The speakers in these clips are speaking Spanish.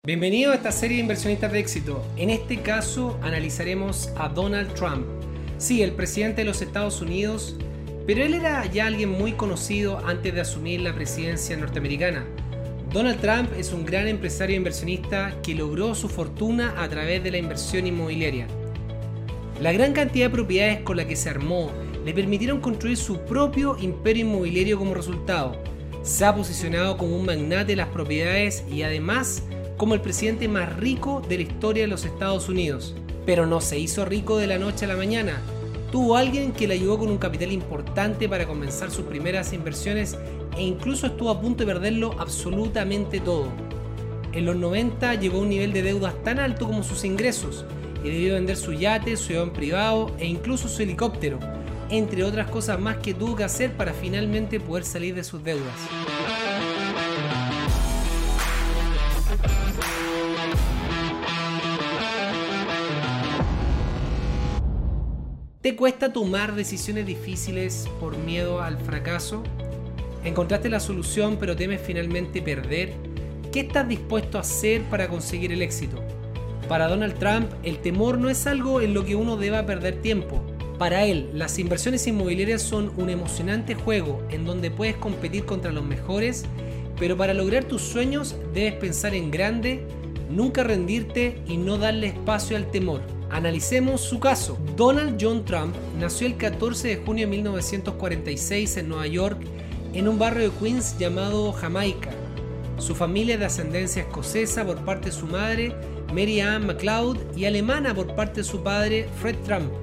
Bienvenido a esta serie de inversionistas de éxito. En este caso analizaremos a Donald Trump. Sí, el presidente de los Estados Unidos, pero él era ya alguien muy conocido antes de asumir la presidencia norteamericana. Donald Trump es un gran empresario inversionista que logró su fortuna a través de la inversión inmobiliaria. La gran cantidad de propiedades con la que se armó le permitieron construir su propio imperio inmobiliario como resultado. Se ha posicionado como un magnate de las propiedades y además como el presidente más rico de la historia de los Estados Unidos. Pero no se hizo rico de la noche a la mañana. Tuvo alguien que le ayudó con un capital importante para comenzar sus primeras inversiones e incluso estuvo a punto de perderlo absolutamente todo. En los 90 llegó a un nivel de deudas tan alto como sus ingresos y debió vender su yate, su avión privado e incluso su helicóptero, entre otras cosas más que tuvo que hacer para finalmente poder salir de sus deudas. ¿Te cuesta tomar decisiones difíciles por miedo al fracaso? ¿Encontraste la solución pero temes finalmente perder? ¿Qué estás dispuesto a hacer para conseguir el éxito? Para Donald Trump, el temor no es algo en lo que uno deba perder tiempo. Para él, las inversiones inmobiliarias son un emocionante juego en donde puedes competir contra los mejores, pero para lograr tus sueños debes pensar en grande, nunca rendirte y no darle espacio al temor. Analicemos su caso. Donald John Trump nació el 14 de junio de 1946 en Nueva York, en un barrio de Queens llamado Jamaica. Su familia es de ascendencia escocesa por parte de su madre, Mary Ann MacLeod, y alemana por parte de su padre, Fred Trump.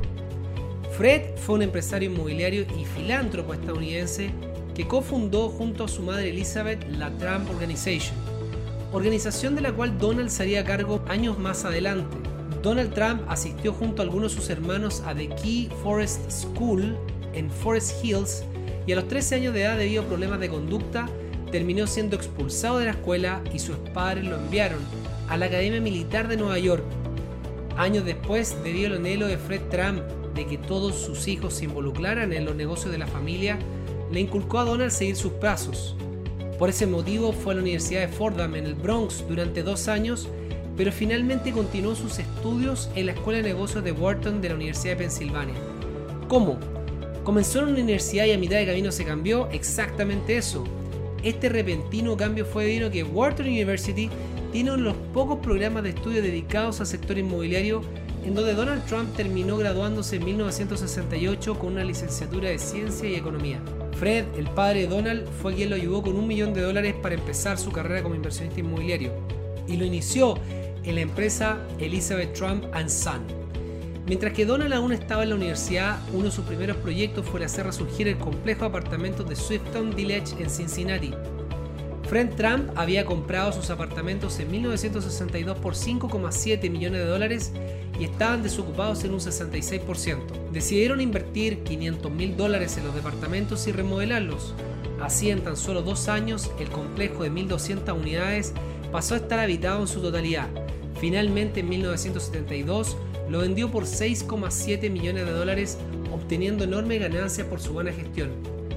Fred fue un empresario inmobiliario y filántropo estadounidense que cofundó junto a su madre Elizabeth la Trump Organization, organización de la cual Donald se haría cargo años más adelante. Donald Trump asistió junto a algunos de sus hermanos a The Key Forest School en Forest Hills y a los 13 años de edad, debido a problemas de conducta, terminó siendo expulsado de la escuela y sus padres lo enviaron a la Academia Militar de Nueva York. Años después, debido al anhelo de Fred Trump de que todos sus hijos se involucraran en los negocios de la familia, le inculcó a Donald seguir sus pasos. Por ese motivo fue a la Universidad de Fordham en el Bronx durante 2 años, pero finalmente continuó sus estudios en la Escuela de Negocios de Wharton de la Universidad de Pensilvania. ¿Cómo? Comenzó en una universidad y a mitad de camino se cambió. Exactamente eso. Este repentino cambio fue debido a que Wharton University tiene uno de los pocos programas de estudio dedicados al sector inmobiliario, en donde Donald Trump terminó graduándose en 1968 con una licenciatura de Ciencia y Economía. Fred, el padre de Donald, fue quien lo ayudó con $1 millón para empezar su carrera como inversionista inmobiliario y lo inició en la empresa Elizabeth Trump & Son. Mientras que Donald aún estaba en la universidad, uno de sus primeros proyectos fue hacer resurgir el complejo de apartamentos de Swifttown Village en Cincinnati. Fred Trump había comprado sus apartamentos en 1962 por $5,7 millones y estaban desocupados en un 66%. Decidieron invertir $500,000 en los departamentos y remodelarlos. Así, en tan solo 2 años, el complejo de 1.200 unidades pasó a estar habitado en su totalidad. Finalmente, en 1972, lo vendió por $6,7 millones, obteniendo enormes ganancias por su buena gestión.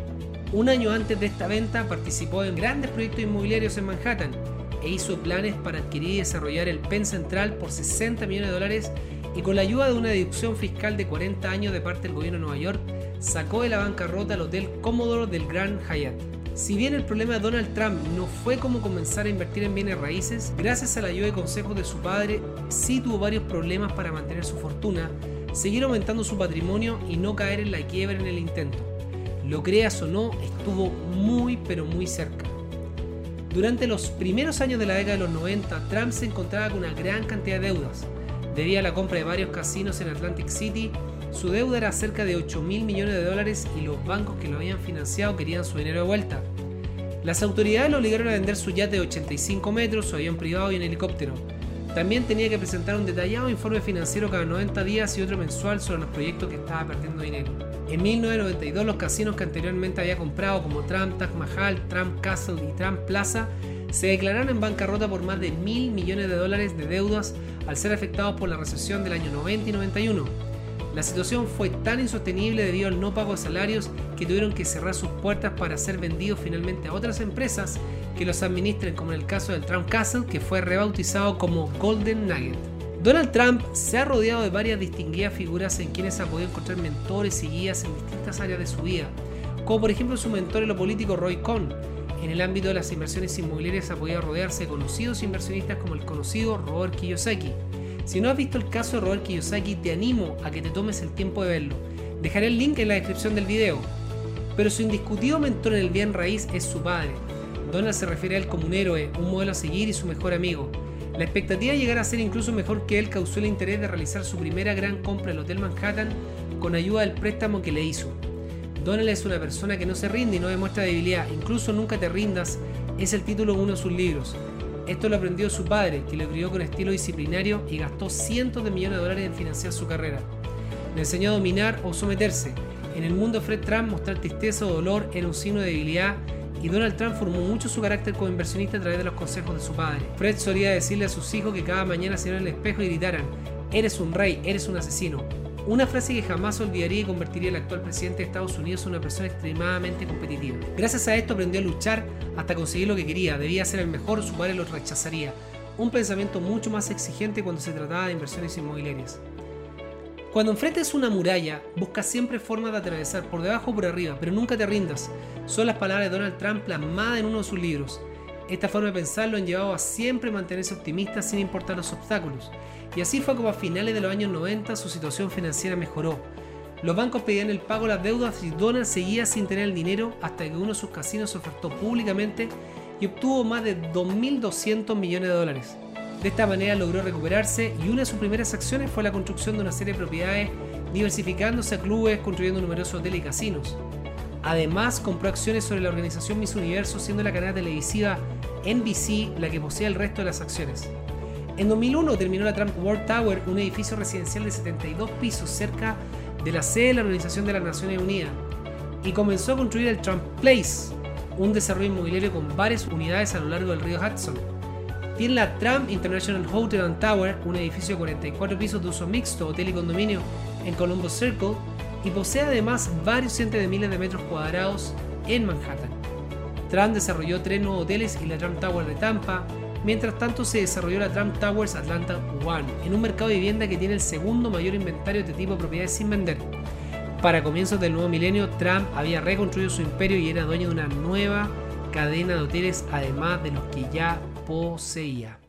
Un año antes de esta venta, participó en grandes proyectos inmobiliarios en Manhattan e hizo planes para adquirir y desarrollar el Penn Central por $60 millones y, con la ayuda de una deducción fiscal de 40 años de parte del gobierno de Nueva York, sacó de la bancarrota al Hotel Commodore del Grand Hyatt. Si bien el problema de Donald Trump no fue cómo comenzar a invertir en bienes raíces, gracias a la ayuda y consejos de su padre, sí tuvo varios problemas para mantener su fortuna, seguir aumentando su patrimonio y no caer en la quiebra en el intento. Lo creas o no, estuvo muy pero muy cerca. Durante los primeros años de la década de los 90, Trump se encontraba con una gran cantidad de deudas. Debido a la compra de varios casinos en Atlantic City, su deuda era cerca de $8.000 millones y los bancos que lo habían financiado querían su dinero de vuelta. Las autoridades lo obligaron a vender su yate de 85 metros, su avión privado y un helicóptero. También tenía que presentar un detallado informe financiero cada 90 días y otro mensual sobre los proyectos que estaba perdiendo dinero. En 1992, los casinos que anteriormente había comprado, como Trump Taj Mahal, Trump Castle y Trump Plaza, se declararon en bancarrota por más de $1.000 millones de deudas al ser afectados por la recesión del año 90 y 91. La situación fue tan insostenible debido al no pago de salarios que tuvieron que cerrar sus puertas para ser vendidos finalmente a otras empresas que los administren, como en el caso del Trump Castle, que fue rebautizado como Golden Nugget. Donald Trump se ha rodeado de varias distinguidas figuras en quienes ha podido encontrar mentores y guías en distintas áreas de su vida, como por ejemplo su mentor en lo político Roy Cohn. En el ámbito de las inversiones inmobiliarias ha podido rodearse de conocidos inversionistas como el conocido Robert Kiyosaki. Si no has visto el caso de Robert Kiyosaki, te animo a que te tomes el tiempo de verlo. Dejaré el link en la descripción del video. Pero su indiscutido mentor en el bien raíz es su padre. Donald se refiere a él como un héroe, un modelo a seguir y su mejor amigo. La expectativa de llegar a ser incluso mejor que él causó el interés de realizar su primera gran compra del Hotel Manhattan con ayuda del préstamo que le hizo. Donald es una persona que no se rinde y no demuestra debilidad, incluso Nunca te rindas es el título de uno de sus libros. Esto lo aprendió su padre, que lo crió con estilo disciplinario y gastó cientos de millones de dólares en financiar su carrera. Le enseñó a dominar o someterse. En el mundo de Fred Trump, mostrar tristeza o dolor era un signo de debilidad y Donald Trump formó mucho su carácter como inversionista a través de los consejos de su padre. Fred solía decirle a sus hijos que cada mañana se vieran en el espejo y gritaran: "Eres un rey, eres un asesino". Una frase que jamás olvidaría y convertiría al actual presidente de Estados Unidos en una persona extremadamente competitiva. Gracias a esto aprendió a luchar hasta conseguir lo que quería. Debía ser el mejor, su padre lo rechazaría. Un pensamiento mucho más exigente cuando se trataba de inversiones inmobiliarias. Cuando enfrentes una muralla, busca siempre formas de atravesar por debajo o por arriba, pero nunca te rindas. Son las palabras de Donald Trump plasmadas en uno de sus libros. Esta forma de pensar lo han llevado a siempre mantenerse optimista sin importar los obstáculos. Y así fue como a finales de los años 90 su situación financiera mejoró. Los bancos pedían el pago de las deudas y Donald seguía sin tener el dinero hasta que uno de sus casinos ofertó públicamente y obtuvo más de 2.200 millones de dólares. De esta manera logró recuperarse y una de sus primeras acciones fue la construcción de una serie de propiedades, diversificándose a clubes, construyendo numerosos hoteles y casinos. Además, compró acciones sobre la organización Miss Universo, siendo la cadena televisiva NBC la que posee el resto de las acciones. En 2001 terminó la Trump World Tower, un edificio residencial de 72 pisos cerca de la sede de la Organización de las Naciones Unidas, y comenzó a construir el Trump Place, un desarrollo inmobiliario con varias unidades a lo largo del río Hudson. Tiene la Trump International Hotel and Tower, un edificio de 44 pisos de uso mixto, hotel y condominio en Columbus Circle, y posee además varios cientos de miles de metros cuadrados en Manhattan. Trump desarrolló 3 nuevos hoteles y la Trump Tower de Tampa. Mientras tanto, se desarrolló la Trump Towers Atlanta One, en un mercado de vivienda que tiene el segundo mayor inventario de este tipo de propiedades sin vender. Para comienzos del nuevo milenio, Trump había reconstruido su imperio y era dueño de una nueva cadena de hoteles, además de los que ya poseía.